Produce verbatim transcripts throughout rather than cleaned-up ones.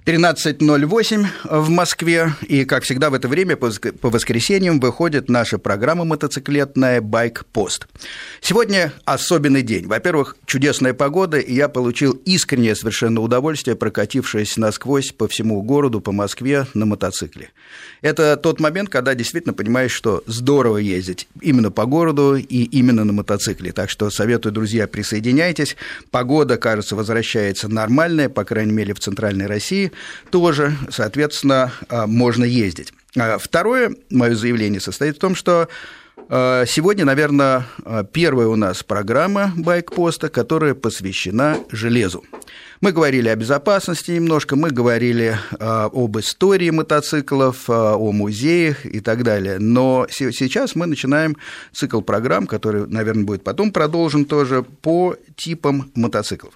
тринадцать ноль восемь в Москве, и, как всегда, в это время по воскресеньям выходит наша программа мотоциклетная «Байк-пост». Сегодня особенный день. Во-первых, чудесная погода, и я получил искреннее совершенно удовольствие, прокатившись насквозь по всему городу, по Москве на мотоцикле. Это тот момент, когда действительно понимаешь, что здорово ездить именно по городу и именно на мотоцикле. Так что советую, друзья, присоединяйтесь. Погода, кажется, возвращается нормальная, по крайней мере, в центральной России. Тоже, соответственно, можно ездить. Второе мое заявление состоит в том, что сегодня, наверное, первая у нас программа «Байк-поста», которая посвящена железу. Мы говорили о безопасности немножко, мы говорили об истории мотоциклов, о музеях и так далее. Но сейчас мы начинаем цикл программ, который, наверное, будет потом продолжен тоже, по типам мотоциклов.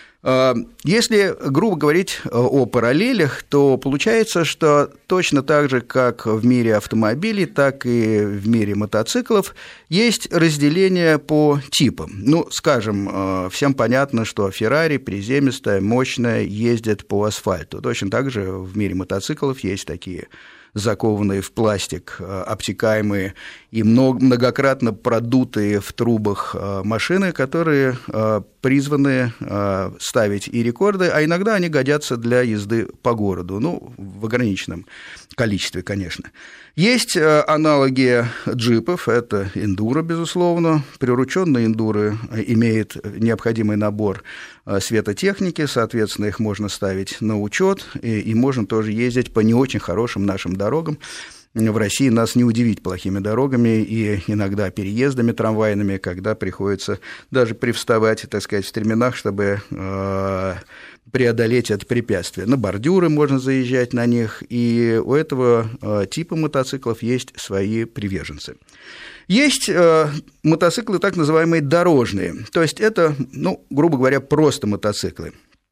Если, грубо говорить, о параллелях, то получается, что точно так же, как в мире автомобилей, так и в мире мотоциклов есть разделение по типам. Ну, скажем, всем понятно, что Феррари приземистая, мощная, ездит по асфальту. Точно так же в мире мотоциклов есть такие закованные в пластик, обтекаемые и многократно продутые в трубах машины, которые призваны ставить и рекорды, а иногда они годятся для езды по городу, ну, в ограниченном количестве, конечно. Есть аналоги джипов, это эндуро, безусловно. Прирученные эндуры имеют необходимый набор светотехники, соответственно, их можно ставить на учет, и, и можно тоже ездить по не очень хорошим нашим дорогам. В России нас не удивить плохими дорогами и иногда переездами трамвайными, когда приходится даже привставать, так сказать, в стременах, чтобы э, преодолеть это препятствие. На бордюры можно заезжать на них, и у этого э, типа мотоциклов есть свои приверженцы. Есть э, мотоциклы так называемые дорожные, то есть это, ну, грубо говоря, просто мотоциклы.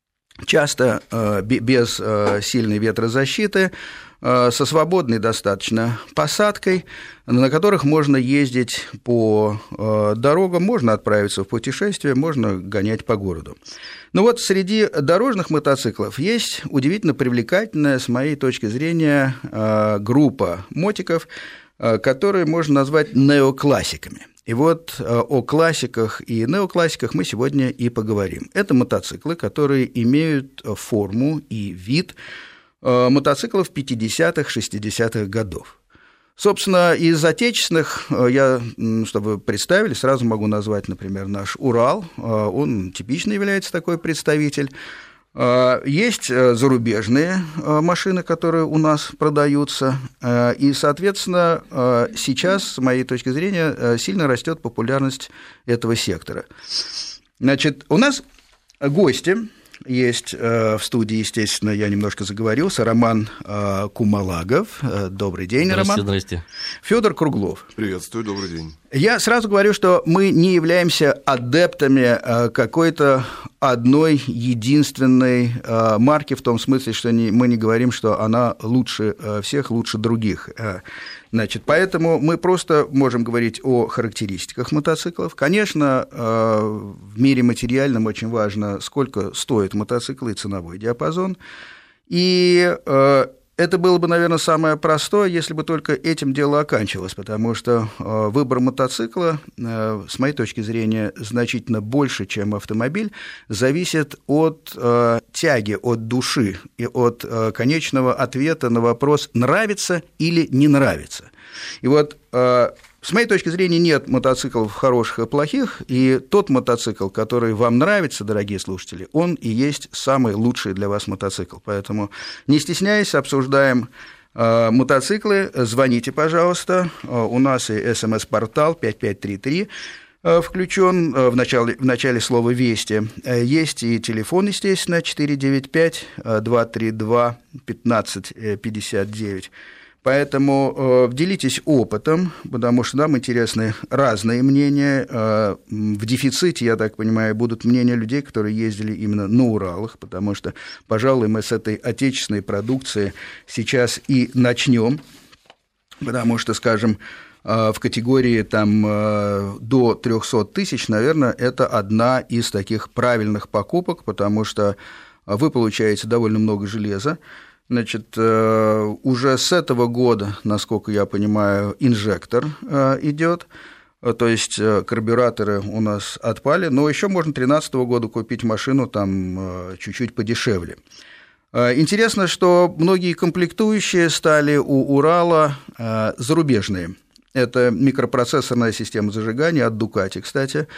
Часто э, без э, сильной ветрозащиты, э, со свободной достаточно посадкой, на которых можно ездить по э, дорогам, можно отправиться в путешествие, можно гонять по городу. Но вот среди дорожных мотоциклов есть удивительно привлекательная, с моей точки зрения, э, группа мотиков, э, которые можно назвать неоклассиками. И вот о классиках и неоклассиках мы сегодня и поговорим. Это мотоциклы, которые имеют форму и вид мотоциклов пятидесятых, шестидесятых годов. Собственно, из отечественных, я, чтобы вы представили, сразу могу назвать, например, наш Урал. Он типично является такой представитель. Есть зарубежные машины, которые у нас продаются, и, соответственно, сейчас, с моей точки зрения, сильно растет популярность этого сектора. Значит, у нас гости есть в студии, естественно, я немножко заговорился, Роман Кумалагов. Добрый день, здрасте, Роман. Здрасте. Федор Круглов. Приветствую, добрый день. Я сразу говорю, что мы не являемся адептами какой-то одной единственной марки, в том смысле, что мы не говорим, что она лучше всех, лучше других. Значит, поэтому мы просто можем говорить о характеристиках мотоциклов. Конечно, в мире материальном очень важно, сколько стоит мотоцикл и ценовой диапазон. И это было бы, наверное, самое простое, если бы только этим дело оканчивалось, потому что выбор мотоцикла, с моей точки зрения, значительно больше, чем автомобиль, зависит от тяги, от души и от конечного ответа на вопрос, нравится или не нравится. И вот с моей точки зрения нет мотоциклов хороших и плохих, и тот мотоцикл, который вам нравится, дорогие слушатели, он и есть самый лучший для вас мотоцикл. Поэтому, не стесняясь, обсуждаем э, мотоциклы, звоните, пожалуйста, у нас и смс-портал пять пять три три э, включен э, в, начале, в начале слова «Вести». Э, есть и телефон, естественно, четыре девять пять два три два пятнадцать пятьдесят девять. Поэтому э, делитесь опытом, потому что нам интересны разные мнения. Э, в дефиците, я так понимаю, будут мнения людей, которые ездили именно на Уралах, потому что, пожалуй, мы с этой отечественной продукции сейчас и начнем, потому что, скажем, э, в категории там, э, до триста тысяч, наверное, это одна из таких правильных покупок, потому что вы получаете довольно много железа. Значит, уже с этого года, насколько я понимаю, инжектор идет. То есть карбюраторы у нас отпали, но еще можно две тысячи тринадцатого года купить машину там чуть-чуть подешевле. Интересно, что многие комплектующие стали у Урала зарубежные. Это микропроцессорная система зажигания от Ducati, кстати.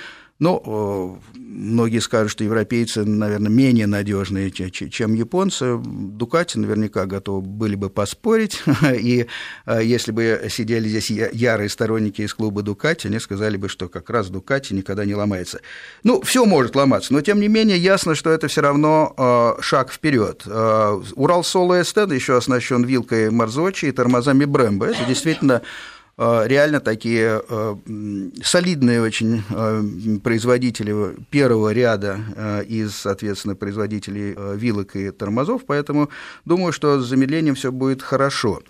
Ну, многие скажут, что европейцы, наверное, менее надежные, чем японцы. Ducati наверняка готовы были бы поспорить. И если бы сидели здесь ярые сторонники из клуба Ducati, они сказали бы, что как раз Ducati никогда не ломается. Ну, все может ломаться, но тем не менее ясно, что это все равно шаг вперед. Урал Соло эс тэ еще оснащен вилкой Марзочи и тормозами Brembo. Это действительно реально такие солидные очень производители первого ряда из, соответственно, производителей вилок и тормозов, поэтому думаю, что с замедлением все будет хорошо.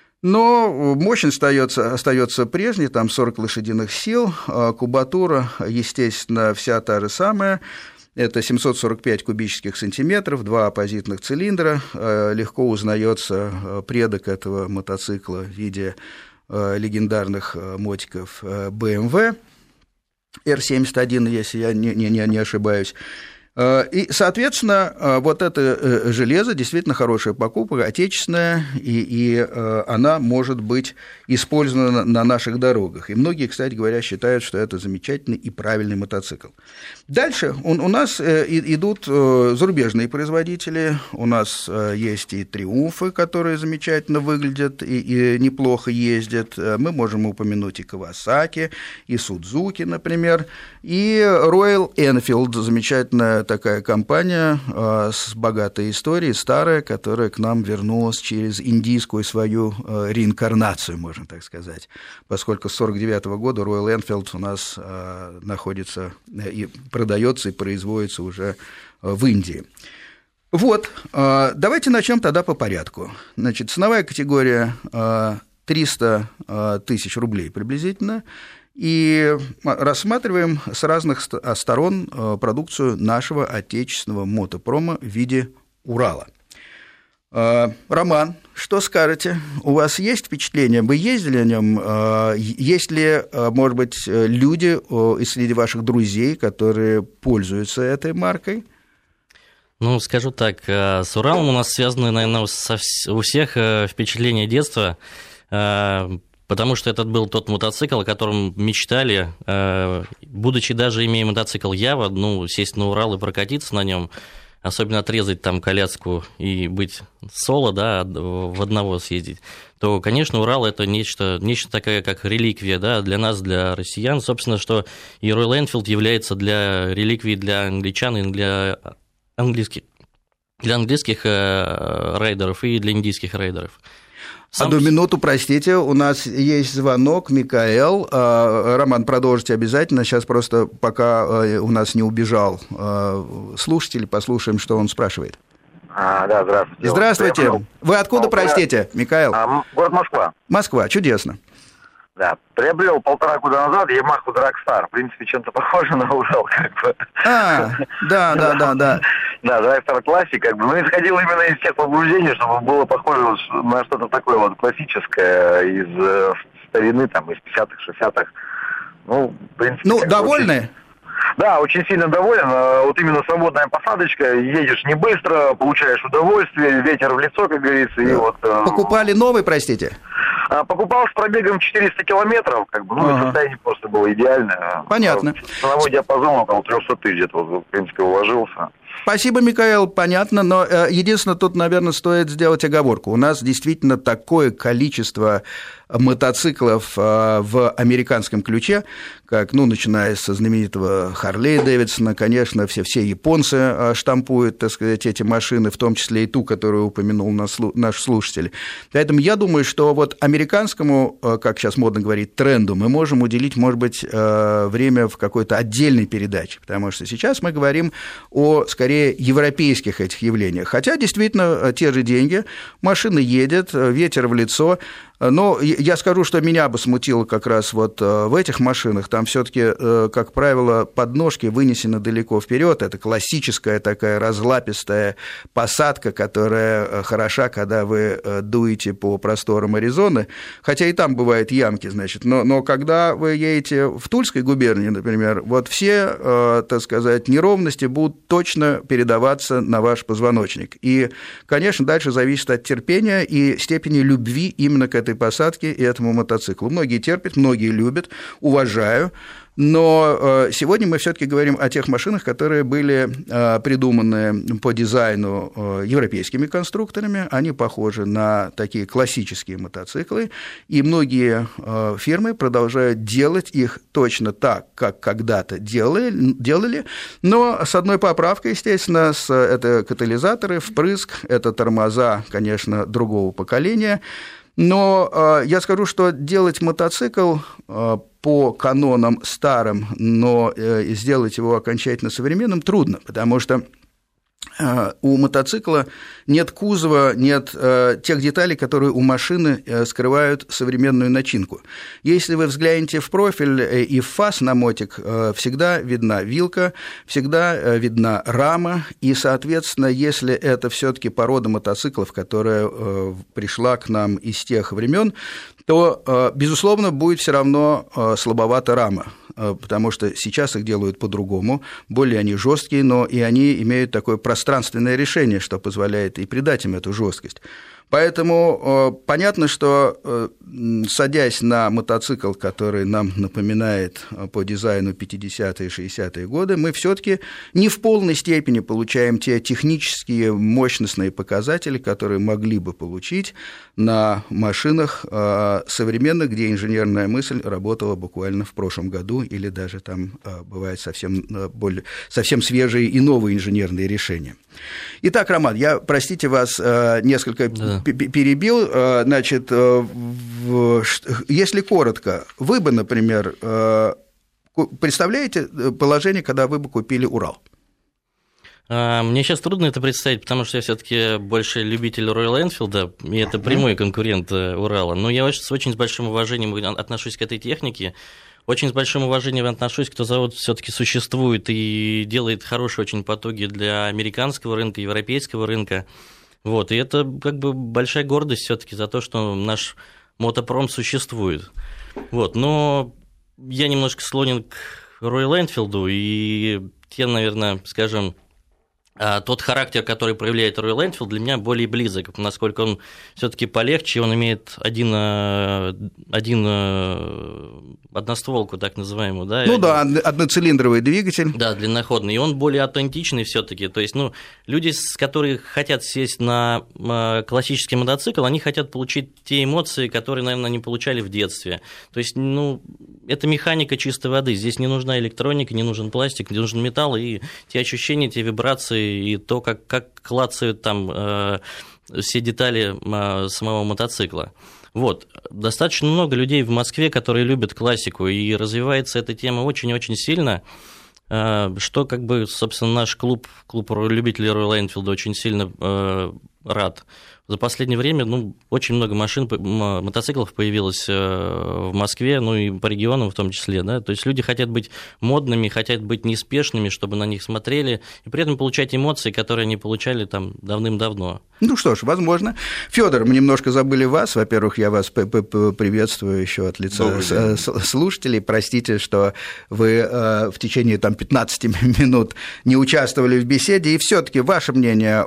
Но мощность остается, остается прежней, там сорок лошадиных сил, кубатура, естественно, вся та же самая. Это семьсот сорок пять кубических сантиметров, два оппозитных цилиндра, легко узнается предок этого мотоцикла в виде легендарных мотиков бэ эм вэ эр семьдесят один, если я не, не, не ошибаюсь. И, соответственно, вот это железо действительно хорошая покупка, отечественная, и, и она может быть использована на наших дорогах. И многие, кстати говоря, считают, что это замечательный и правильный мотоцикл. Дальше у, у нас идут зарубежные производители, у нас есть и Триумфы, которые замечательно выглядят и, и неплохо ездят. Мы можем упомянуть и Кавасаки, и Судзуки, например, и Royal Enfield, замечательная такая компания э, с богатой историей, старая, которая к нам вернулась через индийскую свою э, реинкарнацию, можно так сказать, поскольку с сорок девятого года Royal Enfield у нас э, находится и продается и производится уже в Индии. Вот, э, давайте начнем тогда по порядку. Значит, ценовая категория э, триста тысяч рублей приблизительно. И рассматриваем с разных сторон продукцию нашего отечественного мотопрома в виде Урала. Роман, что скажете? У вас есть впечатление? Вы ездили на нем? Есть ли, может быть, люди среди ваших друзей, которые пользуются этой маркой? Ну, скажу так, с Уралом у нас связаны, наверное, у всех впечатления детства. Потому что этот был тот мотоцикл, о котором мечтали, будучи даже имея мотоцикл Ява, ну, сесть на Урал и прокатиться на нем, особенно отрезать там коляску и быть соло, да, в одного съездить, то, конечно, Урал – это нечто, нечто такое, как реликвия, да, для нас, для россиян, собственно, что и Royal Enfield является для реликвией для англичан и для английских, для английских рейдеров и для индийских рейдеров. Сам... Одну минуту, простите, у нас есть звонок, Микаэл. Роман, продолжите обязательно. Сейчас просто, пока у нас не убежал слушатель, послушаем, что он спрашивает. А, да, здравствуйте. Здравствуйте. Вы откуда, а, простите, Микаэл? А, город Москва. Москва, чудесно. Да, приобрел полтора года назад Yamaha Dragstar. В принципе, чем-то похоже на Урал, как бы. А, да, да, да, да. Да, Dragstar Classic, как бы, но исходил именно из тех побуждений, чтобы было похоже на что-то такое вот классическое из э, старины, там, из пятидесятых, шестидесятых. Ну, в принципе... Ну, довольны? Очень... Да, очень сильно доволен. Вот именно свободная посадочка, едешь не быстро, получаешь удовольствие, ветер в лицо, как говорится, и вот... Покупали новый, простите? Покупал с пробегом четыреста километров, как бы, ну, ага. Состояние просто было идеальное. Понятно. Ценовой диапазон около триста тысяч где-то, в принципе, уложился. Спасибо, Микаэл, понятно, но единственное, тут, наверное, стоит сделать оговорку. У нас действительно такое количество мотоциклов в американском ключе, как, ну, начиная со знаменитого Харлей Дэвидсона, конечно, все, все японцы штампуют, так сказать, эти машины, в том числе и ту, которую упомянул наш слушатель. Поэтому я думаю, что вот американскому, как сейчас модно говорить, тренду мы можем уделить, может быть, время в какой-то отдельной передаче, потому что сейчас мы говорим о, скорее, европейских этих явлениях. Хотя, действительно, те же деньги, машина едет, ветер в лицо. Но я скажу, что меня бы смутило как раз вот в этих машинах, там все-таки, как правило, подножки вынесены далеко вперед. Это классическая такая разлапистая посадка, которая хороша, когда вы дуете по просторам Аризоны, хотя и там бывают ямки, значит, но, но когда вы едете в Тульской губернии, например, вот все, так сказать, неровности будут точно передаваться на ваш позвоночник. И, конечно, дальше зависит от терпения и степени любви именно к этой посадке и этому мотоциклу. Многие терпят, многие любят, уважаю, но сегодня мы все-таки говорим о тех машинах, которые были придуманы по дизайну европейскими конструкторами, они похожи на такие классические мотоциклы, и многие фирмы продолжают делать их точно так, как когда-то делали, делали, но с одной поправкой, естественно, это катализаторы, впрыск, это тормоза, конечно, другого поколения. Но э, я скажу, что делать мотоцикл э, по канонам старым, но э, сделать его окончательно современным трудно, потому что э, у мотоцикла нет кузова, нет э, тех деталей, которые у машины э, скрывают современную начинку. Если вы взглянете в профиль э, и в фас на мотик, э, всегда видна вилка, всегда э, видна рама, и, соответственно, если это все-таки порода мотоциклов, которая э, пришла к нам из тех времен, то, э, безусловно, будет все равно э, слабовата рама, э, потому что сейчас их делают по-другому, более они жесткие, но и они имеют такое пространственное решение, что позволяет и придать им эту жесткость. Поэтому э, понятно, что, э, садясь на мотоцикл, который нам напоминает по дизайну пятидесятые и шестидесятые годы, мы все-таки не в полной степени получаем те технические мощностные показатели, которые могли бы получить на машинах э, современных, где инженерная мысль работала буквально в прошлом году, или даже там э, бывают совсем, э, более, совсем свежие и новые инженерные решения. Итак, Роман, я, простите вас, э, несколько... Да. перебил, значит, если коротко, вы бы, например, представляете положение, когда вы бы купили Урал? Мне сейчас трудно это представить, потому что я все-таки больше любитель Royal Enfield, и это прямой конкурент Урала. Но я очень, с очень большим уважением отношусь к этой технике. Очень с большим уважением отношусь, кто завод все-таки существует и делает хорошие очень потуги для американского рынка, европейского рынка. Вот, и это как бы большая гордость все-таки за то, что наш мотопром существует. Вот, но я немножко склонен к Royal Enfield, и те, наверное, скажем, тот характер, который проявляет Royal Enfield, для меня более близок, насколько он все-таки полегче, он имеет один, один, одностволку, так называемую. Да, ну да, одноцилиндровый двигатель. Да, длинноходный, и он более аутентичный все-таки. То есть, ну, люди, которые хотят сесть на классический мотоцикл, они хотят получить те эмоции, которые, наверное, они получали в детстве. То есть, ну, это механика чистой воды. Здесь не нужна электроника, не нужен пластик, не нужен металл, и те ощущения, те вибрации, и то, как, как клацают там э, все детали э, самого мотоцикла. Вот. Достаточно много людей в Москве, которые любят классику, и развивается эта тема очень-очень сильно, э, что, как бы, собственно, наш клуб, клуб любителей Royal Enfield очень сильно э, рад. За последнее время, ну, очень много машин, мотоциклов появилось в Москве, ну и по регионам в том числе, да, то есть люди хотят быть модными, хотят быть неспешными, чтобы на них смотрели, и при этом получать эмоции, которые они получали там давным-давно. Ну что ж, возможно. Федор, мы немножко забыли вас. Во-первых, я вас приветствую еще от лица слушателей. Простите, что вы в течение там пятнадцати минут не участвовали в беседе. И все-таки ваше мнение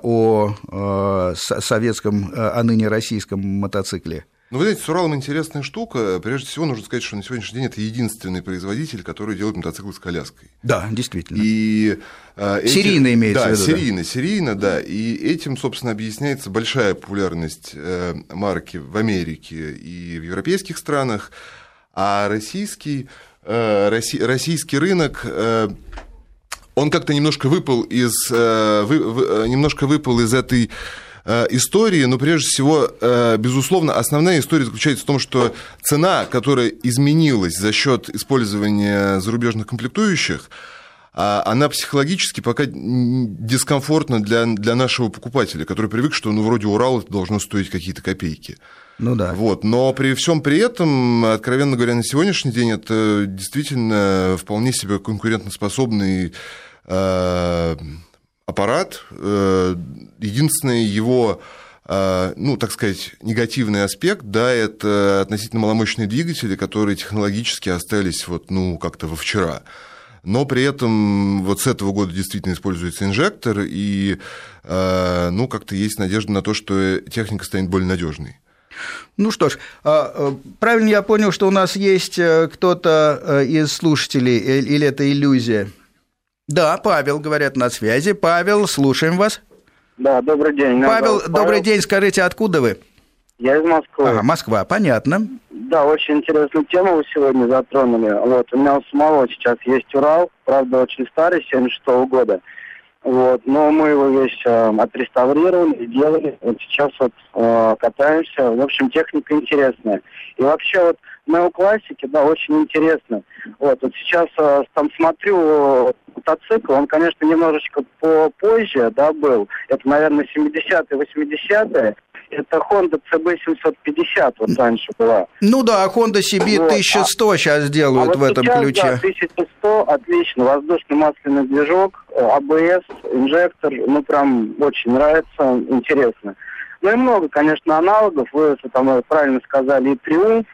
о советском, а ныне российском мотоцикле? Ну, вы знаете, с Уралом интересная штука. Прежде всего, нужно сказать, что на сегодняшний день это единственный производитель, который делает мотоциклы с коляской. Да, действительно. И, э, эти... Серийно имеется да, в виду. Серийно, да, серийно, да. И этим, собственно, объясняется большая популярность э, марки в Америке и в европейских странах. А российский, э, россий, российский рынок... Э, он как-то немножко выпал из, э, вы, вы, немножко выпал из этой истории, но прежде всего, безусловно, основная история заключается в том, что цена, которая изменилась за счет использования зарубежных комплектующих, а она психологически пока дискомфортна для, для нашего покупателя, который привык, что ну, вроде Урал это должно стоить какие-то копейки. Ну да. Вот. Но при всем при этом, откровенно говоря, на сегодняшний день это действительно вполне себе конкурентоспособный э, аппарат. Единственное его, ну, так сказать, негативный аспект, да, это относительно маломощные двигатели, которые технологически остались вот, ну, как-то во вчера. Но при этом вот с этого года действительно используется инжектор, и, ну, как-то есть надежда на то, что техника станет более надежной. Ну что ж, правильно я понял, что у нас есть кто-то из слушателей, или это иллюзия? Да, Павел, говорят, на связи. Павел, слушаем вас. Да, добрый день. Павел, Павел, добрый день, скажите, откуда вы? Я из Москвы. Ага, Москва, понятно. Да, очень интересную тему вы сегодня затронули. Вот, у меня у самого сейчас есть Урал, правда, очень старый, семьдесят шестого года. Вот, но мы его весь э, отреставрировали, сделали. Вот сейчас вот э, катаемся. В общем, техника интересная. И вообще вот неоклассики, да, очень интересно. Вот, вот сейчас э, там смотрю мотоцикл, он, конечно, немножечко попозже, да, был. Это, наверное, семидесятые, восьмидесятые. Это Honda си би семьсот пятьдесят вот раньше была. Ну да, Honda си би вот. тысяча сто а, сейчас делают а вот в этом сейчас, ключе. Да, тысяча сто, отлично, воздушный масляный движок, а бэ эс, инжектор, ну прям очень нравится, интересно. Ну и много, конечно, аналогов, вы там правильно сказали, и Триумф,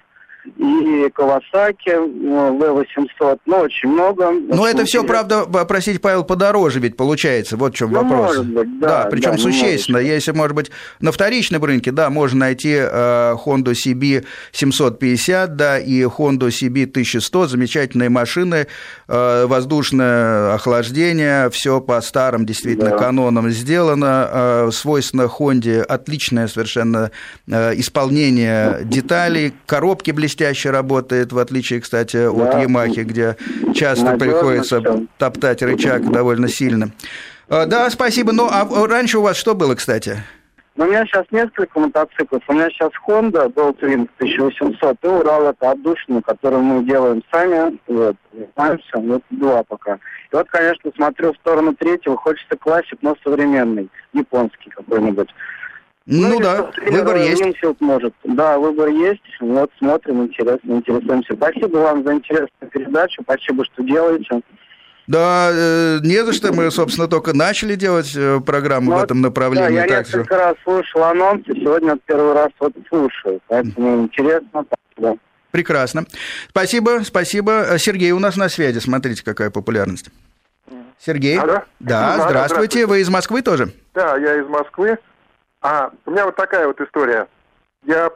и Кавасаки, вэ восемьсот, ну, очень много. Но это все, правда, попросить, Павел, подороже ведь получается, вот в чем ну, вопрос. Может быть, да, да, причем да, существенно. Если, может быть, на вторичном рынке, да, можно найти э, Honda си би семьсот пятьдесят, да, и Honda си би тысяча сто, замечательные машины, э, воздушное охлаждение, все по старым, действительно, да. канонам сделано, э, свойственно Honda отличное совершенно э, исполнение деталей, коробки блестящие, блестяще работает, в отличие, кстати, да. от Ямахи, где часто надежно приходится все. топтать рычаг довольно сильно. Да, спасибо. Ну, а раньше у вас что было, кстати? Ну, у меня сейчас несколько мотоциклов. У меня сейчас Honda Gold Wing тысяча восемьсот и Урал, это отдушина, которую мы делаем сами. Вот, занимаемся, вот два пока. И вот, конечно, смотрю в сторону третьего, хочется классик, но современный, японский какой-нибудь. Ну, ну да, выбор есть. Инфилд может. Да, выбор есть. Вот смотрим, интересно, интересуемся. Спасибо вам за интересную передачу. Спасибо, что делаете. Да, э, не за что. Мы, собственно, только начали делать программу ну, в этом направлении. Да, я так несколько что... раз слушал анонсы, сегодня первый раз вот слушаю. Поэтому интересно. Да. Прекрасно. Спасибо, спасибо. Сергей у нас на связи. Смотрите, какая популярность. Сергей? Алло? Да, Алло, здравствуйте. здравствуйте. Вы из Москвы тоже? Да, я из Москвы. А, у меня вот такая вот история. Я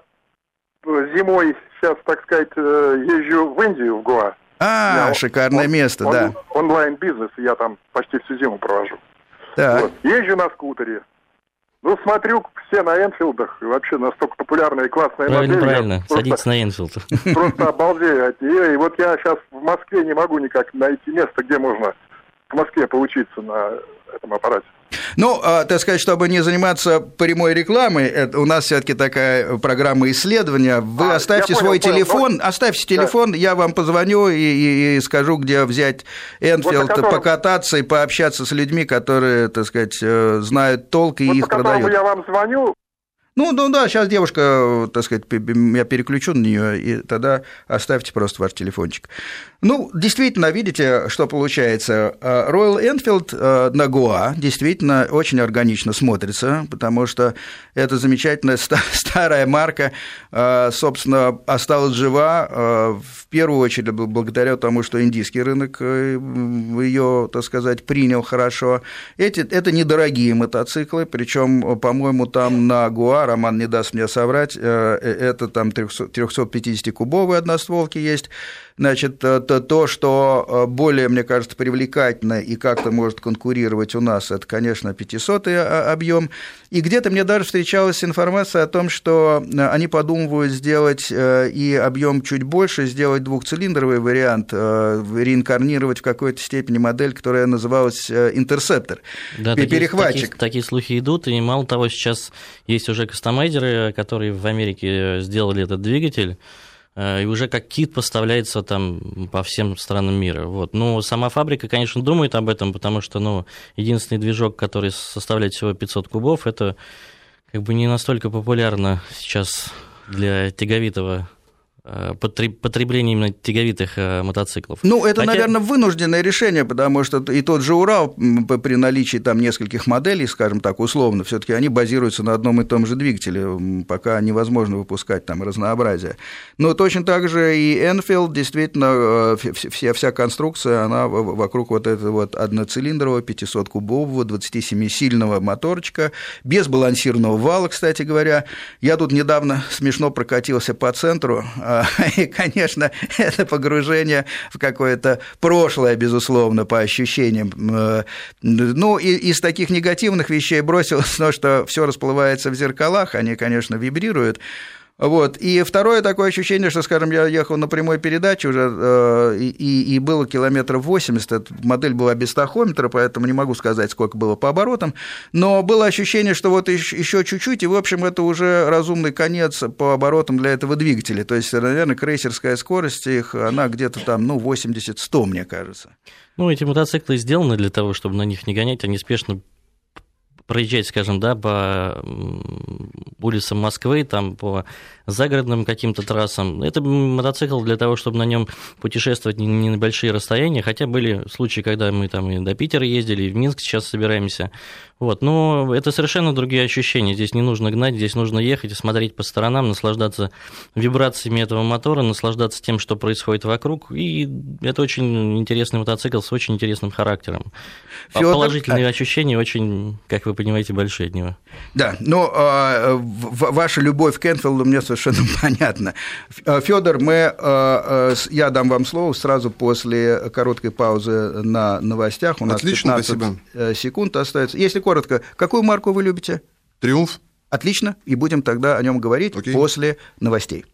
зимой сейчас, так сказать, езжу в Индию, в Гоа. А, я, шикарное он, место, он, да. Онлайн-бизнес, я там почти всю зиму провожу. Так. Вот. Езжу на скутере. Ну, смотрю, все на Энфилдах, вообще настолько популярная и классная правильно, модель. Правильно, правильно, садитесь просто, на Энфилд. Просто обалдею от нее. И вот я сейчас в Москве не могу никак найти место, где можно в Москве поучиться на этом аппарате. Ну, так сказать, чтобы не заниматься прямой рекламой, это у нас все-таки такая программа исследования. Вы а, оставьте свой понял, телефон, понял. оставьте телефон, да. я вам позвоню и, и, и скажу, где взять Энфилд, вот котором... покататься и пообщаться с людьми, которые, так сказать, знают толк и вот их по продают. Я вам звоню. Ну, ну да, сейчас девушка, так сказать, я переключу на нее, и тогда оставьте просто ваш телефончик. Ну, действительно, видите, что получается. Royal Enfield на Гоа действительно очень органично смотрится, потому что это замечательная старая марка, собственно, осталась жива в первую очередь благодаря тому, что индийский рынок ее, так сказать, принял хорошо. Эти, это недорогие мотоциклы, причем, по-моему, там на Гоа, Роман не даст мне соврать, это там трехсотпятидесятикубовые одностволки есть. Значит, то, что более, мне кажется, привлекательно и как-то может конкурировать у нас, это, конечно, пятисотый объем. И где-то мне даже встречалась информация о том, что они подумывают сделать и объем чуть больше, сделать двухцилиндровый вариант, реинкарнировать в какой-то степени модель, которая называлась Интерсептор, да, перехватчик. Такие, такие слухи идут, и мало того, сейчас есть уже кастомайзеры, которые в Америке сделали этот двигатель. и уже как кит поставляется там по всем странам мира. Вот. Но сама фабрика, конечно, думает об этом, потому что, ну, единственный движок, который составляет всего пятьсот кубов, это как бы не настолько популярно сейчас для тяговитого потребление именно тяговитых мотоциклов. Ну, это, Хотя... наверное, вынужденное решение, потому что и тот же Урал при наличии там нескольких моделей, скажем так, условно, все-таки они базируются на одном и том же двигателе, пока невозможно выпускать там разнообразие. Но точно так же и Enfield, действительно, вся, вся конструкция, она вокруг вот этого вот одноцилиндрового пятисоткубового двадцатисемисильного моторчика, без балансированного вала, кстати говоря. Я тут недавно смешно прокатился по центру. И, конечно, это погружение в какое-то прошлое, безусловно, по ощущениям. Ну, и из таких негативных вещей бросилось то, что все расплывается в зеркалах, они, конечно, вибрируют. Вот. И второе такое ощущение, что, скажем, я ехал на прямой передаче уже, э, и, и было километров восемьдесят, модель была без тахометра, поэтому не могу сказать, сколько было по оборотам, но было ощущение, что вот еще чуть-чуть, и, в общем, это уже разумный конец по оборотам для этого двигателя, то есть, наверное, крейсерская скорость их, она где-то там, ну, восемьдесят-сто, мне кажется. Ну, эти мотоциклы сделаны для того, чтобы на них не гонять, они спешно проезжать, скажем, да, по улицам Москвы, там, по загородным каким-то трассам. Это мотоцикл для того, чтобы на нем путешествовать не на большие расстояния, хотя были случаи, когда мы там и до Питера ездили, и в Минск сейчас собираемся. Вот. Но это совершенно другие ощущения. Здесь не нужно гнать, здесь нужно ехать и смотреть по сторонам, наслаждаться вибрациями этого мотора, наслаждаться тем, что происходит вокруг. И это очень интересный мотоцикл с очень интересным характером. Фёдор... Положительные ощущения очень, как вы понимаете, большие от него. Да, но э, ваша любовь к Энфилду мне совершенно понятна. Фёдор, мы, э, э, я дам вам слово сразу после короткой паузы на новостях. У нас Отлично, пятнадцать спасибо. Секунд остается. Если коротко, какую марку вы любите? Триумф. Отлично, и будем тогда о нем говорить Окей. после новостей.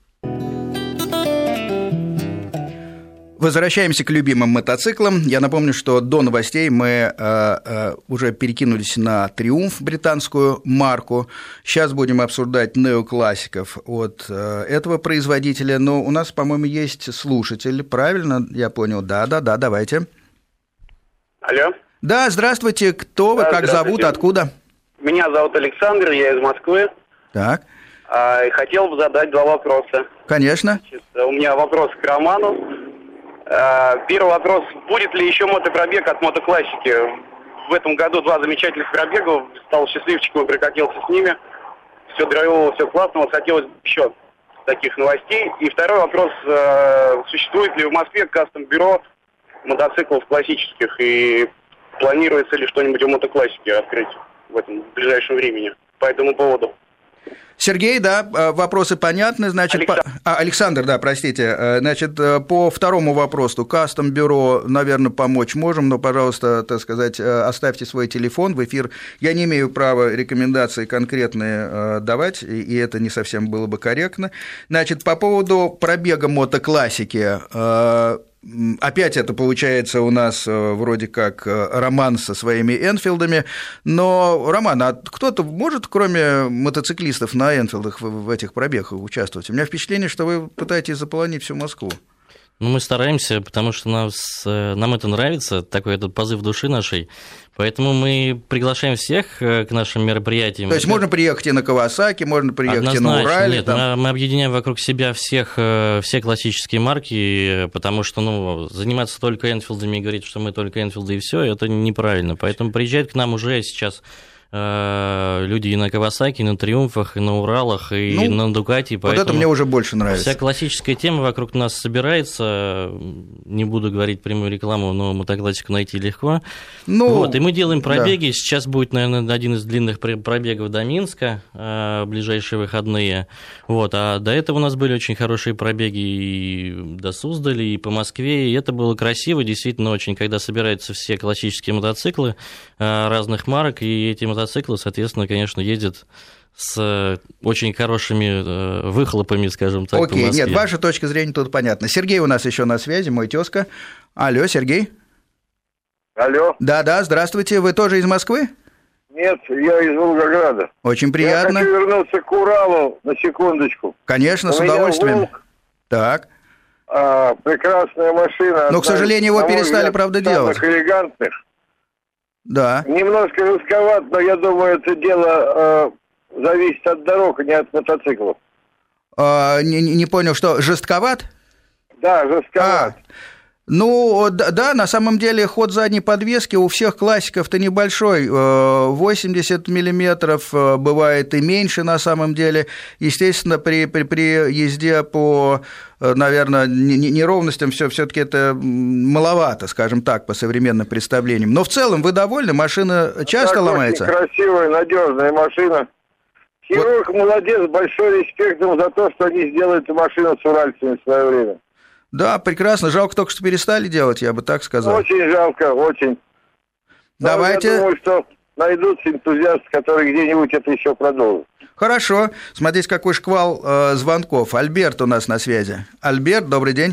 Возвращаемся к любимым мотоциклам. Я напомню, что до новостей мы э, э, уже перекинулись на «Триумф», британскую марку. Сейчас будем обсуждать неоклассиков от э, этого производителя. Но у нас, по-моему, есть слушатель. Правильно я понял? Да-да-да, давайте. Алло. Да, здравствуйте. Кто вы, да, как зовут, откуда? Меня зовут Александр, я из Москвы. Так. А, и хотел бы задать два вопроса. Конечно. Значит, у меня вопрос к Роману. Первый вопрос. Будет ли еще мотопробег от мотоклассики? В этом году два замечательных пробега. Стал счастливчиком и прокатился с ними. Все драйвово, все классно. Вот хотелось бы еще таких новостей. И второй вопрос. Существует ли в Москве кастом-бюро мотоциклов классических? И планируется ли что-нибудь в мотоклассике открыть в этом в ближайшем времени по этому поводу? Сергей, да, вопросы понятны. Значит, Александр. По... А, Александр, да, простите. Значит, по второму вопросу, кастом-бюро, наверное, помочь можем, но, пожалуйста, так сказать, оставьте свой телефон в эфир. Я не имею права рекомендации конкретные давать, и это не совсем было бы корректно. Значит, по поводу пробега мотоклассики. Опять это получается у нас вроде как роман со своими Энфилдами, но, Роман, а кто-то может, кроме мотоциклистов на Энфилдах, в этих пробегах участвовать? У меня впечатление, что вы пытаетесь заполонить всю Москву. Ну, мы стараемся, потому что нас, нам это нравится, такой этот позыв души нашей, поэтому мы приглашаем всех к нашим мероприятиям. То есть можно приехать и на Кавасаки, можно приехать Однозначно, и на Урале? Нет, там... мы, мы объединяем вокруг себя всех, все классические марки, потому что, ну, заниматься только Энфилдами и говорить, что мы только Энфилды и все, это неправильно, поэтому приезжают к нам уже сейчас люди и на Кавасаки, и на Триумфах, и на Уралах, и ну, на Дукати. Вот это мне уже больше нравится. Вся классическая тема вокруг нас собирается. Не буду говорить прямую рекламу, но мотоклассику найти легко. Ну, вот, и мы делаем пробеги. Да. Сейчас будет, наверное, один из длинных пробегов до Минска в ближайшие выходные. Вот, а до этого у нас были очень хорошие пробеги и до Суздаля, и по Москве. И это было красиво, действительно, очень, когда собираются все классические мотоциклы разных марок, и эти мотоциклы мотоциклы, соответственно, конечно, ездят с очень хорошими выхлопами, скажем так, Окей, по Москве. Нет, ваша точка зрения тут понятна. Сергей у нас еще на связи, мой тезка. Алло, Сергей. Алло. Да-да, здравствуйте. Вы тоже из Москвы? Нет, я из Волгограда. Очень приятно. Я хочу вернуться к Уралу на секундочку. Конечно, у с удовольствием. Волк, Так. А, прекрасная машина. Но, к сожалению, его перестали, правда, делать. Самых элегантных. Да. Немножко рисковат, но я думаю, это дело э, зависит от дорог, а не от мотоциклов. А, не, не понял, что, жестковат? Да, жестковат. А, ну, да, да, на самом деле ход задней подвески у всех классиков-то небольшой, восемьдесят миллиметров, бывает и меньше на самом деле. Естественно, при, при, при езде по, наверное, неровностям все, все-таки это маловато, скажем так, по современным представлениям. Но в целом вы довольны? Машина часто так, ломается? Очень красивая, надежная машина. Хирург вот. Молодец, большой респект им за то, что они сделали эту машину с уральцами в свое время. Да, прекрасно. Жалко только, что перестали делать, я бы так сказал. Очень жалко, очень. Давайте. Но я думаю, что найдутся энтузиасты, которые где-нибудь это еще продолжат. Хорошо. Смотрите, какой шквал э, звонков. Альберт у нас на связи. Альберт, добрый день.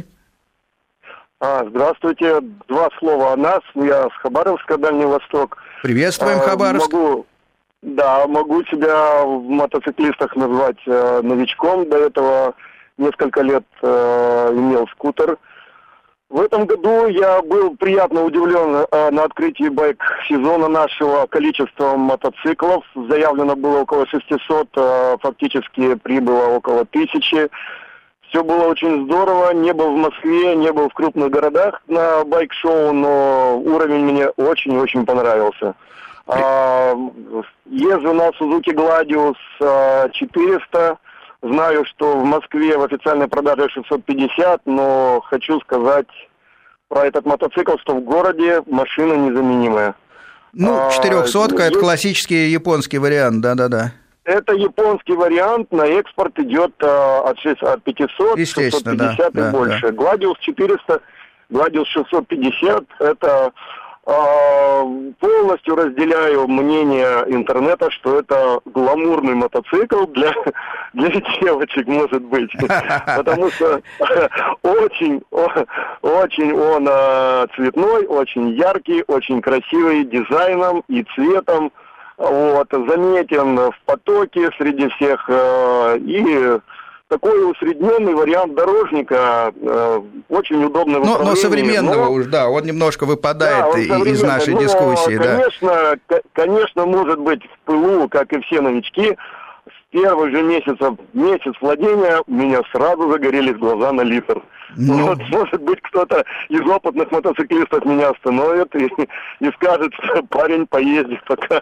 А, здравствуйте. Два слова о нас. Я с Хабаровска, Дальний Восток. Приветствуем, а, Хабаровск. Могу, да, могу себя в мотоциклистах назвать э, новичком. До этого несколько лет э, имел скутер. В этом году я был приятно удивлен э, на открытии байк-сезона нашего количеством мотоциклов. Заявлено было около шестисот, э, фактически прибыло около тысячи. Все было очень здорово. Не был в Москве, не был в крупных городах на байк-шоу, но уровень мне очень-очень понравился. Э, езжу на Suzuki Gladius э, четыреста. Знаю, что в Москве в официальной продаже шестьсот пятьдесят, но хочу сказать про этот мотоцикл, что в городе машина незаменимая. Ну, четырехсотка а, – это классический японский вариант, да-да-да. Это японский вариант, на экспорт идет а, от, от пятисот, шестьсот пятьдесят да, и да, больше. Да. Gladius четыреста, Gladius шестьсот пятьдесят – это... Полностью разделяю мнение интернета, что это гламурный мотоцикл для, для девочек, может быть. Потому что очень, очень он цветной, очень яркий, очень красивый дизайном и цветом. Вот, заметен в потоке среди всех. И такой усредненный вариант дорожника, э, очень удобный в управлении. Но, но современного но... уж, да, он немножко выпадает да, он из нашей но, дискуссии. Конечно, да. конечно, может быть в пылу, как и все новички, с первых же месяцев, месяц владения у меня сразу загорелись глаза на литр. Ну... Вот, может быть, кто-то из опытных мотоциклистов меня остановит и, и скажет, что парень поездит пока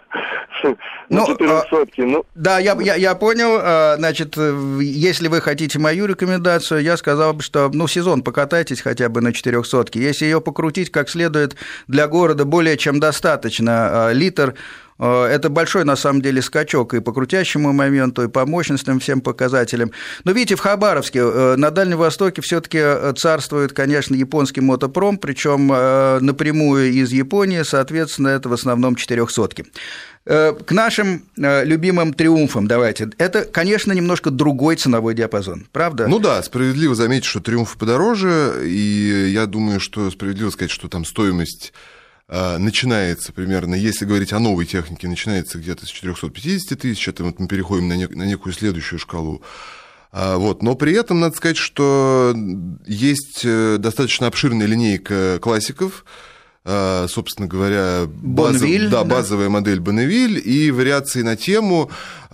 на четырехсотке. Ну, ну. Да, я, я, я понял. Значит, если вы хотите мою рекомендацию, я сказал бы, что ну, сезон покатайтесь хотя бы на четырехсотке. Если ее покрутить как следует, для города более чем достаточно. Литр это большой, на самом деле, скачок и по крутящему моменту, и по мощностным всем показателям. Но видите, в Хабаровске, на Дальнем Востоке все-таки царствует, конечно, японский мотопром, причем напрямую из Японии, соответственно, это в основном четырехсотки. К нашим любимым триумфам давайте. Это, конечно, немножко другой ценовой диапазон, правда? Ну да, справедливо заметить, что триумф подороже, и я думаю, что справедливо сказать, что там стоимость начинается примерно, если говорить о новой технике, начинается где-то с четырехсот пятидесяти тысяч, это вот мы переходим на, нек- на некую следующую шкалу. Вот. Но при этом надо сказать, что есть достаточно обширная линейка классиков, собственно говоря, базов, Bonneville, да, да. базовая модель Bonneville и вариации на тему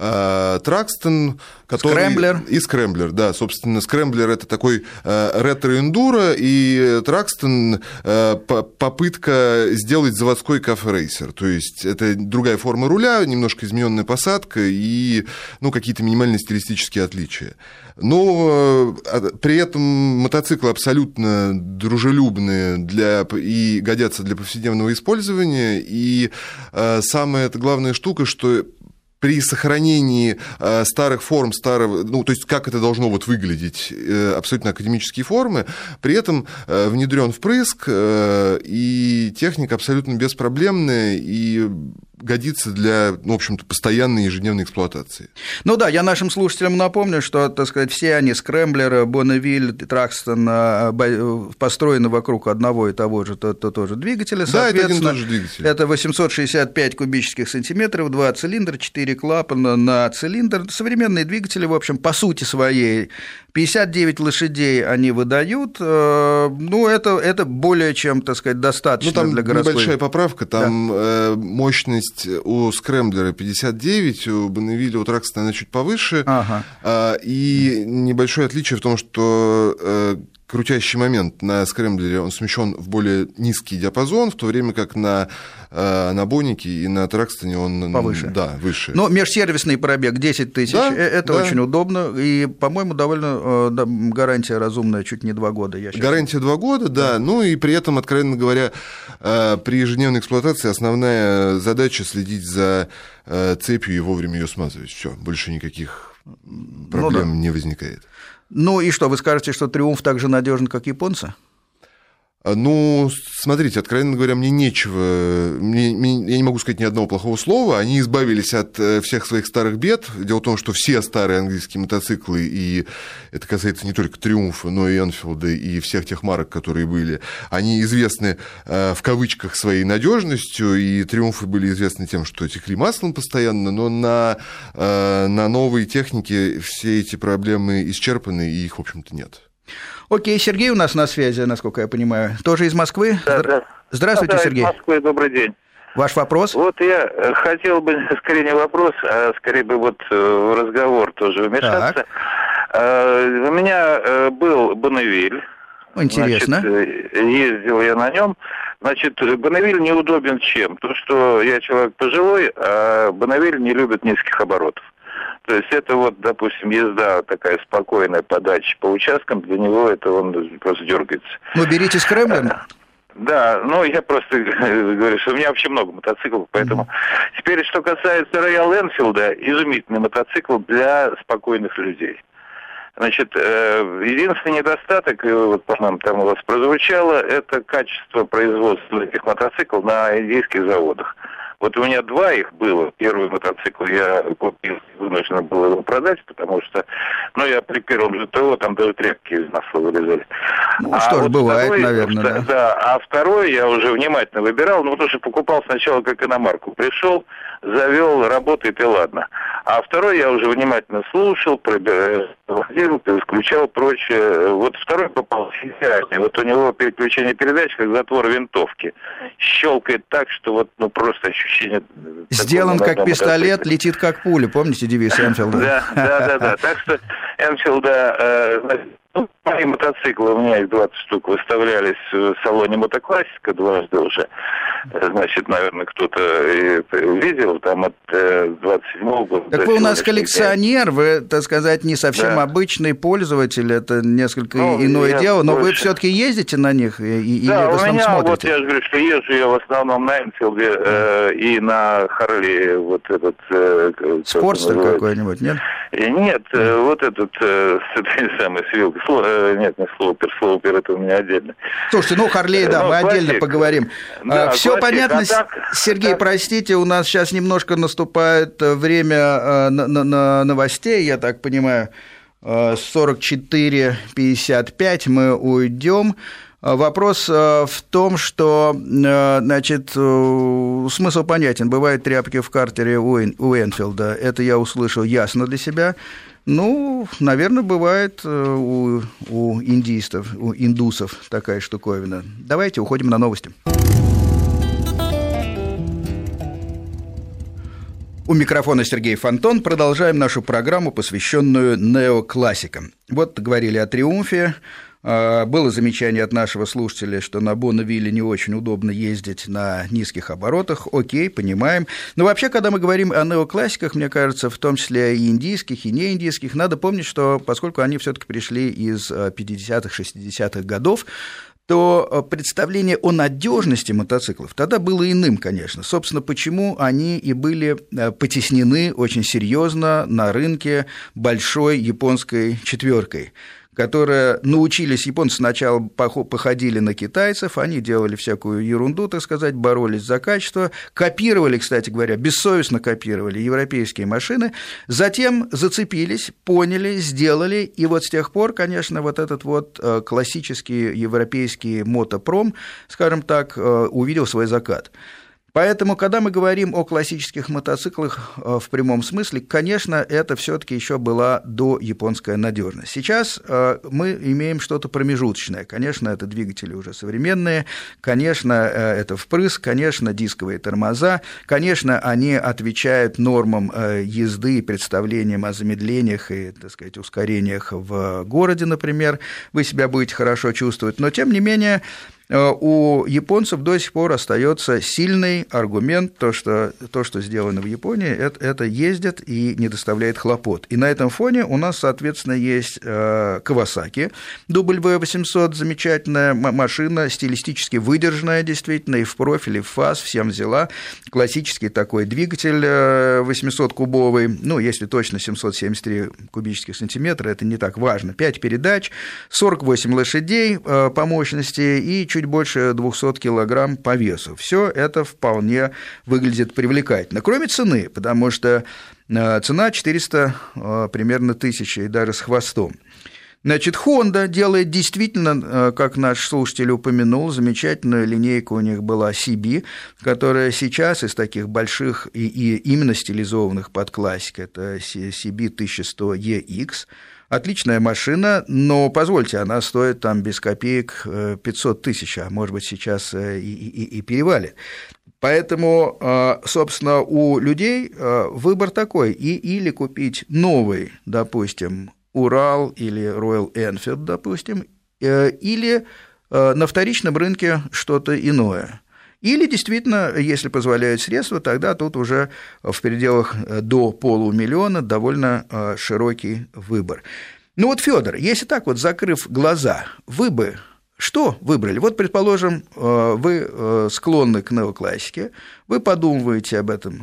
Тракстон, который... Скрэмблер. И Скрэмблер, да, собственно, Скрэмблер – это такой ретро-эндуро, и Тракстон попытка сделать заводской кафе-рейсер, то есть это другая форма руля, немножко измененная посадка и ну, какие-то минимальные стилистические отличия. Но при этом мотоциклы абсолютно дружелюбные для, и годятся для повседневного использования, и самая главная штука, что при сохранении э, старых форм, старого, ну, то есть как это должно вот выглядеть, э, абсолютно академические формы, при этом э, внедрен впрыск, э, и техника абсолютно беспроблемная, и годится для, ну, в общем-то, постоянной ежедневной эксплуатации. Ну да, я нашим слушателям напомню, что, так сказать, все они, Скрэмблер, Бонневиль, Тракстон, построены вокруг одного и того же, то, то, тоже двигателя. Да, это один и тот же двигатель. Это восемьсот шестьдесят пять кубических сантиметров, два цилиндра, четыре клапана на цилиндр. Современные двигатели, в общем, по сути своей, пятьдесят девять лошадей они выдают. Ну, это, это более чем, так сказать, достаточно, ну, там для городской. Небольшая поправка, там да. мощность у Скрэмблера пятьдесят девять, у Бонневилля, у Тракстона она чуть повыше, ага. И небольшое отличие в том, что крутящий момент на Скрэмблере, он смещен в более низкий диапазон, в то время как на, на Бонике и на Тракстоне он повыше. Да, выше. Но межсервисный пробег десять тысяч, да, это да. очень удобно, и, по-моему, довольно да, гарантия разумная, чуть не два года. Я гарантия два года, да, да, ну и при этом, откровенно говоря, при ежедневной эксплуатации основная задача следить за цепью и вовремя ее смазывать. Все, больше никаких проблем ну, да. не возникает. Ну и что, вы скажете, что Триумф так же надежен, как японцы? Ну, смотрите, откровенно говоря, мне нечего, мне, мне, я не могу сказать ни одного плохого слова, они избавились от всех своих старых бед. Дело в том, что все старые английские мотоциклы, и это касается не только Триумфа, но и Энфилда, и всех тех марок, которые были, они известны в кавычках своей надежностью, и Триумфы были известны тем, что текли маслом постоянно, но на, на новой технике все эти проблемы исчерпаны, и их, в общем-то, нет. Окей, Сергей у нас на связи, насколько я понимаю. Тоже из Москвы? Да, да. Здравствуйте, да, Сергей. Из Москвы, добрый день. Ваш вопрос? Вот я хотел бы, скорее не вопрос, а скорее бы вот в разговор тоже вмешаться. Так. У меня был Бонневиль. Интересно. Значит, ездил я на нем. Значит, Бонневиль неудобен чем? То, что я человек пожилой, а Бонневиль не любит низких оборотов. То есть это вот, допустим, езда такая спокойная, подача по участкам, для него это он просто дергается. Ну, берите Скрэмблер. Да, ну я просто говорю, что у меня вообще много мотоциклов, поэтому... Mm-hmm. Теперь, что касается Роял Энфилда, изумительный мотоцикл для спокойных людей. Значит, единственный недостаток, вот по-моему, там у вас прозвучало, это качество производства этих мотоциклов на индийских заводах. Вот у меня два их было. Первый мотоцикл я купил, вынужден был его продать, потому что, ну, я при первом ЖТО, там даже тряпки из масла вылезали. Ну, а что ж, вот бывает, второй, наверное, да. Да, а второй я уже внимательно выбирал, ну, потому что покупал сначала как иномарку. Пришел, завел, работает и ладно. А второй я уже внимательно слушал, пробирал, включал, прочее. Вот второй попал идеальный. Вот у него переключение передач, как затвор винтовки. Щелкает так, что вот, ну, просто ощущение... Сделан как пистолет, мотоцикла. Летит как пуля. Помните девиз Энфилда? Да, да, да, да. Так что Энфилда... Ну, мои мотоциклы, у меня их двадцать штук, выставлялись в салоне Мотоклассика дважды уже. Значит, наверное, кто-то видел, там от двадцать седьмого года. Так вы у нас коллекционер, вы, так сказать, не совсем да. обычный пользователь, это несколько ну, иное дело, но больше. Вы все-таки ездите на них и, да, и в основном у меня, смотрите? Вот я же говорю, что езжу я в основном на Энфилде э, и на Харли, вот этот... Э, Спортстер как какой-нибудь, нет? И нет, э, вот этот, э, с этой самой, с вилкой. Сло, э, нет, не Слоупер, Слоупер это у меня отдельно. Слушайте, ну, Харлей, да, ну, мы классик. Отдельно поговорим. Да, все классик. понятно, а так, Сергей, а так... простите, у нас сейчас немножко наступает время на, на, на новостей, я так понимаю, сорок четыре пятьдесят пять мы уйдем. Вопрос в том, что, значит, смысл понятен. Бывают тряпки в картере у Энфилда. Это я услышал ясно для себя. Ну, наверное, бывает у, у индийцев, у индусов такая штуковина. Давайте уходим на новости. У микрофона Сергей Фонтон. Продолжаем нашу программу, посвященную неоклассикам. Вот говорили о «Триумфе». Было замечание от нашего слушателя, что на Бонневилле не очень удобно ездить на низких оборотах. Окей, понимаем. Но вообще, когда мы говорим о неоклассиках, мне кажется, в том числе и индийских, и неиндийских, надо помнить, что поскольку они все-таки пришли из пятидесятых, шестидесятых годов, то представление о надежности мотоциклов тогда было иным, конечно. Собственно, почему они и были потеснены очень серьезно на рынке большой японской четверкой, которые научились, японцы сначала походили на китайцев, они делали всякую ерунду, так сказать, боролись за качество, копировали, кстати говоря, бессовестно копировали европейские машины, затем зацепились, поняли, сделали, и вот с тех пор, конечно, вот этот вот классический европейский мотопром, скажем так, увидел свой закат. Поэтому, когда мы говорим о классических мотоциклах в прямом смысле, конечно, это все-таки еще была дояпонская надежность. Сейчас мы имеем что-то промежуточное. Конечно, это двигатели уже современные, конечно, это впрыск, конечно, дисковые тормоза, конечно, они отвечают нормам езды и представлениям о замедлениях и, так сказать, ускорениях в городе, например. Вы себя будете хорошо чувствовать, но, тем не менее, у японцев до сих пор остается сильный аргумент, то, что, то, что сделано в Японии, это, это ездит и не доставляет хлопот. И на этом фоне у нас, соответственно, есть Kawasaki дабл ю восемьсот, замечательная машина, стилистически выдержанная, действительно, и в профиль, и в фаз, всем взяла. Классический такой двигатель восьмисот-кубовый, ну, если точно, семьсот семьдесят три кубических сантиметра, это не так важно. пять передач, сорок восемь лошадей по мощности и чуть чуть больше двухсот килограмм по весу. Все это вполне выглядит привлекательно, кроме цены, потому что цена четыреста примерно тысяч, и даже с хвостом. Значит, Honda делает действительно, как наш слушатель упомянул, замечательную линейку у них была си би, которая сейчас из таких больших и, и именно стилизованных под классик, это си би тысяча сто и икс, отличная машина, но, позвольте, она стоит там без копеек пятьсот тысяч, а может быть, сейчас и, и, и перевалит. Поэтому, собственно, у людей выбор такой, и, или купить новый, допустим, Урал или Royal Enfield, допустим, или на вторичном рынке что-то иное. Или действительно, если позволяют средства, тогда тут уже в пределах до полумиллиона довольно широкий выбор. Ну вот, Федор, если так вот, закрыв глаза, вы бы что выбрали? Вот, предположим, вы склонны к неоклассике, вы подумываете об этом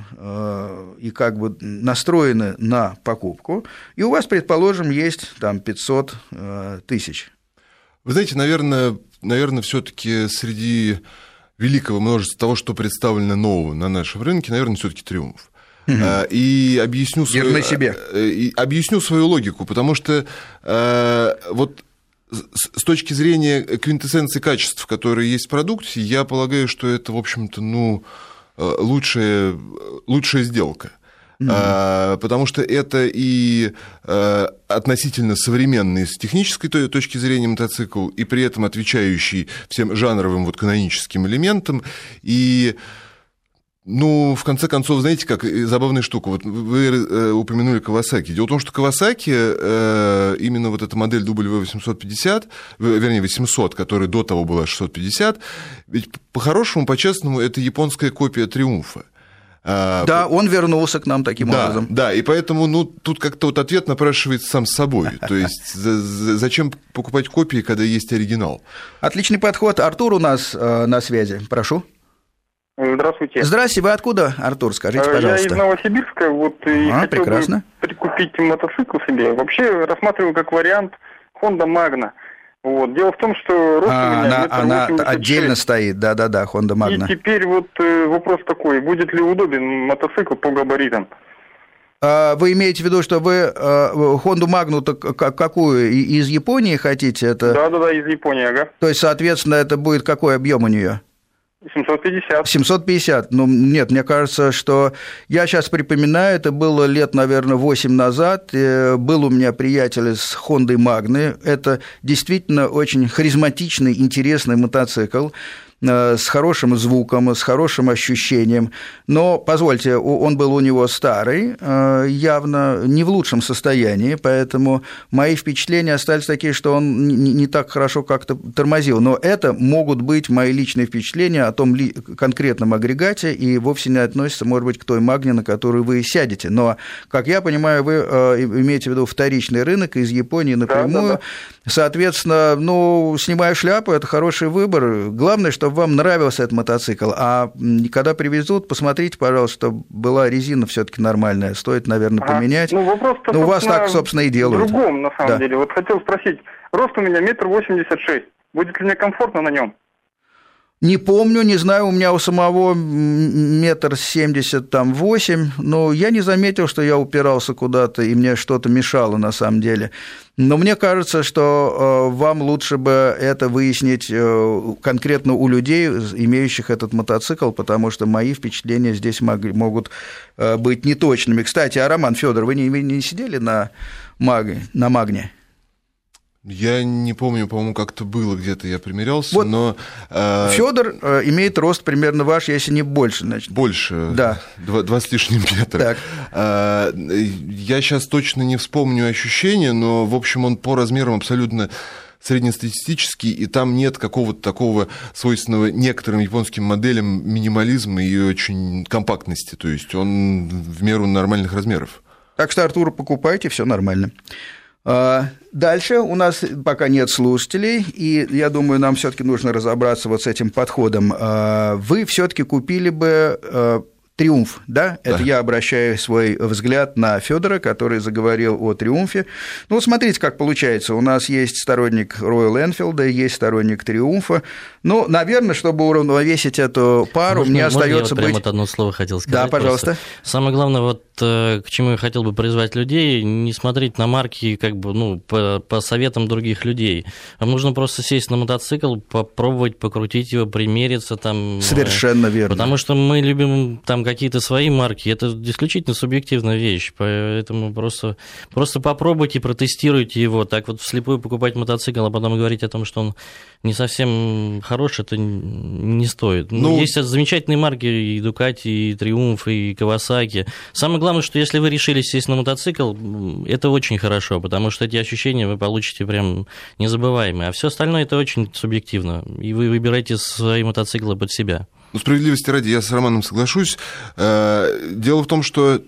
и как бы настроены на покупку, и у вас, предположим, есть там пятьсот тысяч. Вы знаете, наверное, наверное, все-таки среди великого множества того, что представлено нового на нашем рынке, наверное, все-таки Триумф. Угу. И объясню свою, себе. И объясню свою логику, потому что вот с точки зрения квинтэссенции качеств, которые есть в продукте, я полагаю, что это, в общем-то, ну, лучшая, лучшая сделка. Mm-hmm. Потому что это и относительно современный с технической точки зрения мотоцикл, и при этом отвечающий всем жанровым вот каноническим элементам, и ну, в конце концов, знаете, как забавная штука. Вот вы упомянули Kawasaki. Дело в том, что Kawasaki, именно вот эта модель дабл ю восемьсот пятьдесят, вернее, восемьсот, которая до того была шестьсот пятьдесят, ведь по-хорошему, по-честному, это японская копия Триумфа. Да, он вернулся к нам таким да, образом. Да, и поэтому, ну, тут как-то вот ответ напрашивается сам собой. То есть зачем покупать копии, когда есть оригинал? Отличный подход. Артур у нас на связи. Прошу. Здравствуйте. Здравствуйте, вы откуда, Артур, скажите, пожалуйста. Я из Новосибирска, вот, и а, хотел прекрасно. бы прикупить мотоцикл себе. Вообще рассматриваю как вариант Honda Magna. Вот. Дело в том, что рост а, у меня она, она отдельно стоит, да-да-да, Honda Magna. И теперь вот вопрос такой, будет ли удобен мотоцикл по габаритам? Вы имеете в виду, что вы Honda Magna какую, из Японии хотите? Это... Да-да-да, из Японии, ага. То есть, соответственно, это будет какой объем у нее? семьсот пятьдесят. семьсот пятьдесят. Ну, нет, мне кажется, что... Я сейчас припоминаю, это было лет, наверное, восемь назад. Был у меня приятель с Honda Magna. Это действительно очень харизматичный, интересный мотоцикл с хорошим звуком, с хорошим ощущением. Но, позвольте, он был у него старый, явно не в лучшем состоянии, поэтому мои впечатления остались такие, что он не так хорошо как-то тормозил. Но это могут быть мои личные впечатления о том конкретном агрегате и вовсе не относятся, может быть, к той Магне, на которую вы сядете. Но, как я понимаю, вы имеете в виду вторичный рынок из Японии напрямую. Да, да, да. Соответственно, ну, снимаю шляпу, это хороший выбор. Главное, чтобы вам нравился этот мотоцикл. А когда привезут, посмотрите, пожалуйста, чтобы была резина все-таки нормальная. Стоит, наверное, ага. поменять. Ну, вопрос-то, ну, у вас так, собственно, и делают. В другом, на самом да. деле. Вот хотел спросить, рост у меня метр восемьдесят шесть. Будет ли мне комфортно на нем? Не помню, не знаю, у меня у самого метр семьдесят восемь, но я не заметил, что я упирался куда-то, и мне что-то мешало на самом деле. Но мне кажется, что вам лучше бы это выяснить конкретно у людей, имеющих этот мотоцикл, потому что мои впечатления здесь могут быть неточными. Кстати, а Роман Федор, вы не, вы не сидели на Магне? На Магне? Я не помню, по-моему, как-то было где-то, я примерялся, вот но... Э... Фёдор имеет рост примерно ваш, если не больше, значит. Больше, да. два, два с лишним метра. Так. Э, я сейчас точно не вспомню ощущения, но, в общем, он по размерам абсолютно среднестатистический, и там нет какого-то такого свойственного некоторым японским моделям минимализма и очень компактности, то есть он в меру нормальных размеров. Так что, Артур, покупайте, все нормально. Дальше у нас пока нет слушателей, и я думаю, нам все-таки нужно разобраться вот с этим подходом. Вы все-таки купили бы Триумф, да? Это да. Я обращаю свой взгляд на Федора, который заговорил о Триумфе. Ну, смотрите, как получается. У нас есть сторонник Royal Enfield, есть сторонник Триумфа. Ну, наверное, чтобы уравновесить эту пару, можно, мне остается быть... Я вот прямо одно слово хотел сказать. Да, пожалуйста. Просто. Самое главное, вот к чему я хотел бы призвать людей, не смотреть на марки как бы, ну, по, по советам других людей. Вам нужно просто сесть на мотоцикл, попробовать покрутить его, примериться там. Совершенно верно. Потому что мы любим там какие-то свои марки, это исключительно субъективная вещь, поэтому просто, просто попробуйте, протестируйте его, так вот вслепую покупать мотоцикл, а потом говорить о том, что он не совсем хороший, это не стоит. Ну, есть замечательные марки, и Ducati, и Triumph, и Kawasaki. Самое главное, что если вы решили сесть на мотоцикл, это очень хорошо, потому что эти ощущения вы получите прям незабываемые, а все остальное это очень субъективно, и вы выбираете свои мотоциклы под себя. Ну, справедливости ради, я с Романом соглашусь. Дело в том, что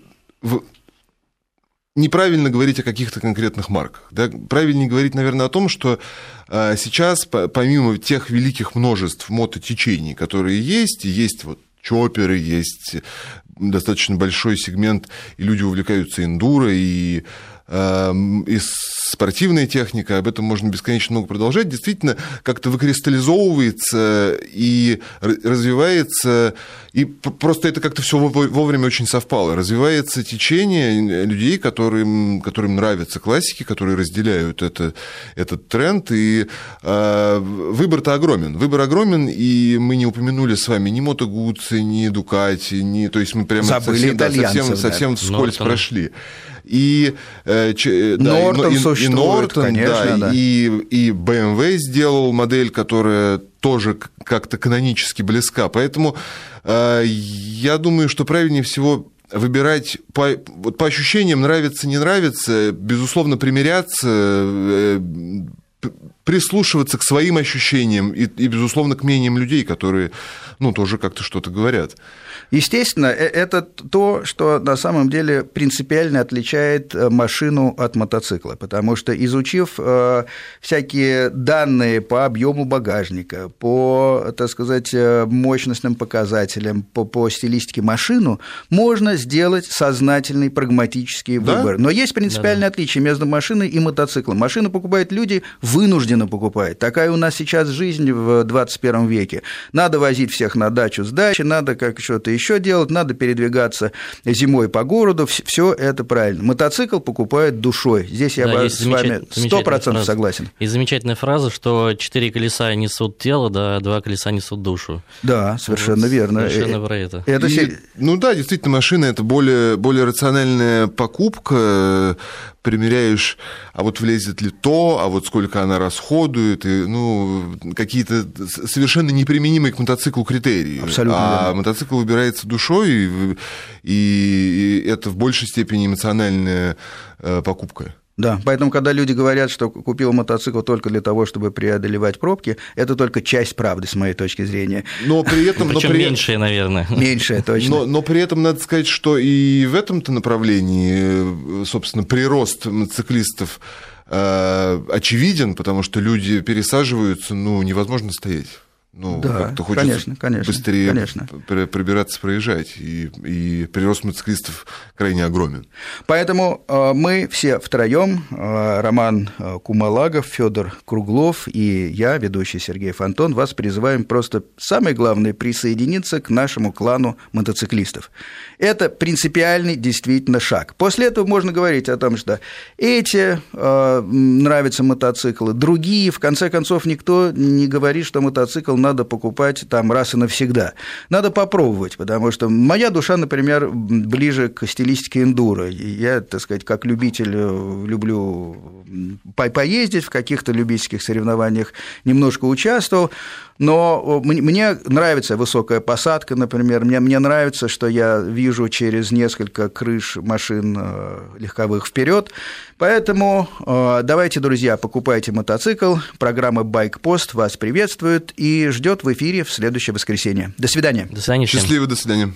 неправильно говорить о каких-то конкретных марках. Да? Правильнее говорить, наверное, о том, что сейчас, помимо тех великих множеств мототечений, которые есть, и есть вот чопперы, есть достаточно большой сегмент, и люди увлекаются эндуро, и и спортивная техника, об этом можно бесконечно много продолжать, действительно как-то выкристаллизовывается и развивается, и просто это как-то все вовремя очень совпало. Развивается течение людей, которым, которым нравятся классики, которые разделяют это, этот тренд, и э, выбор-то огромен. Выбор огромен, и мы не упомянули с вами ни Moto Guzzi, ни Ducati, ни, то есть мы прямо совсем, да, совсем, совсем вскользь Нортон. Прошли. И, э, Нортон да, и, существует, и Нортон, конечно, да, да. И, и бэ эм вэ сделал модель, которая тоже как-то канонически близка. Поэтому э, я думаю, что правильнее всего выбирать по, вот по ощущениям, нравится, не нравится, безусловно, примиряться, э, прислушиваться к своим ощущениям и, и, безусловно, к мнениям людей, которые, ну, тоже как-то что-то говорят. Естественно, это то, что на самом деле принципиально отличает машину от мотоцикла, потому что, изучив всякие данные по объему багажника, по, так сказать, мощностным показателям, по, по стилистике машину, можно сделать сознательный прагматический выбор. Да? Но есть принципиальное да. отличие между машиной и мотоциклом. Машину покупают люди, вынуждены покупать. Такая у нас сейчас жизнь в двадцать первом веке. Надо возить всех на дачу с дачи, надо как что-то еще делать, надо передвигаться зимой по городу, все это правильно. Мотоцикл покупают душой. Здесь я да, с вами сто процентов согласен. И замечательная фраза, что четыре колеса несут тело, да, два колеса несут душу. Да, совершенно вот, верно. Совершенно про это. это и, все... Ну да, действительно, машина – это более, более рациональная покупка, примеряешь, а вот влезет ли то, а вот сколько она расходует, и, ну, какие-то совершенно неприменимые к мотоциклу критерии. Абсолютно а верно. Мотоцикл выбирается душой, и, и это в большей степени эмоциональная покупка. Да, поэтому, когда люди говорят, что купил мотоцикл только для того, чтобы преодолевать пробки, это только часть правды, с моей точки зрения. Но при этом... Причем но при... меньшая, наверное. Меньшая, точно. Но, но при этом надо сказать, что и в этом-то направлении, собственно, прирост мотоциклистов очевиден, потому что люди пересаживаются, ну, невозможно стоять. Ну, да, как-то хочется конечно, конечно, быстрее конечно. пробираться, проезжать, и, и прирост мотоциклистов крайне огромен. Поэтому э, мы все втроем, э, Роман Кумалагов, Федор Круглов и я, ведущий Сергей Фонтон, вас призываем просто, самое главное, присоединиться к нашему клану мотоциклистов. Это принципиальный действительно шаг. После этого можно говорить о том, что эти э, нравятся мотоциклы, другие, в конце концов, никто не говорит, что мотоцикл надо покупать там раз и навсегда. Надо попробовать, потому что моя душа, например, ближе к стилистике эндуро. Я, так сказать, как любитель люблю поездить, в каких-то любительских соревнованиях немножко участвовал, но мне нравится высокая посадка, например, мне, мне нравится, что я вижу через несколько крыш машин легковых вперед. Поэтому давайте, друзья, покупайте мотоцикл. Программа «Байкпост» вас приветствует и ждет в эфире в следующее воскресенье. До свидания. До свидания. Счастливо, до свидания.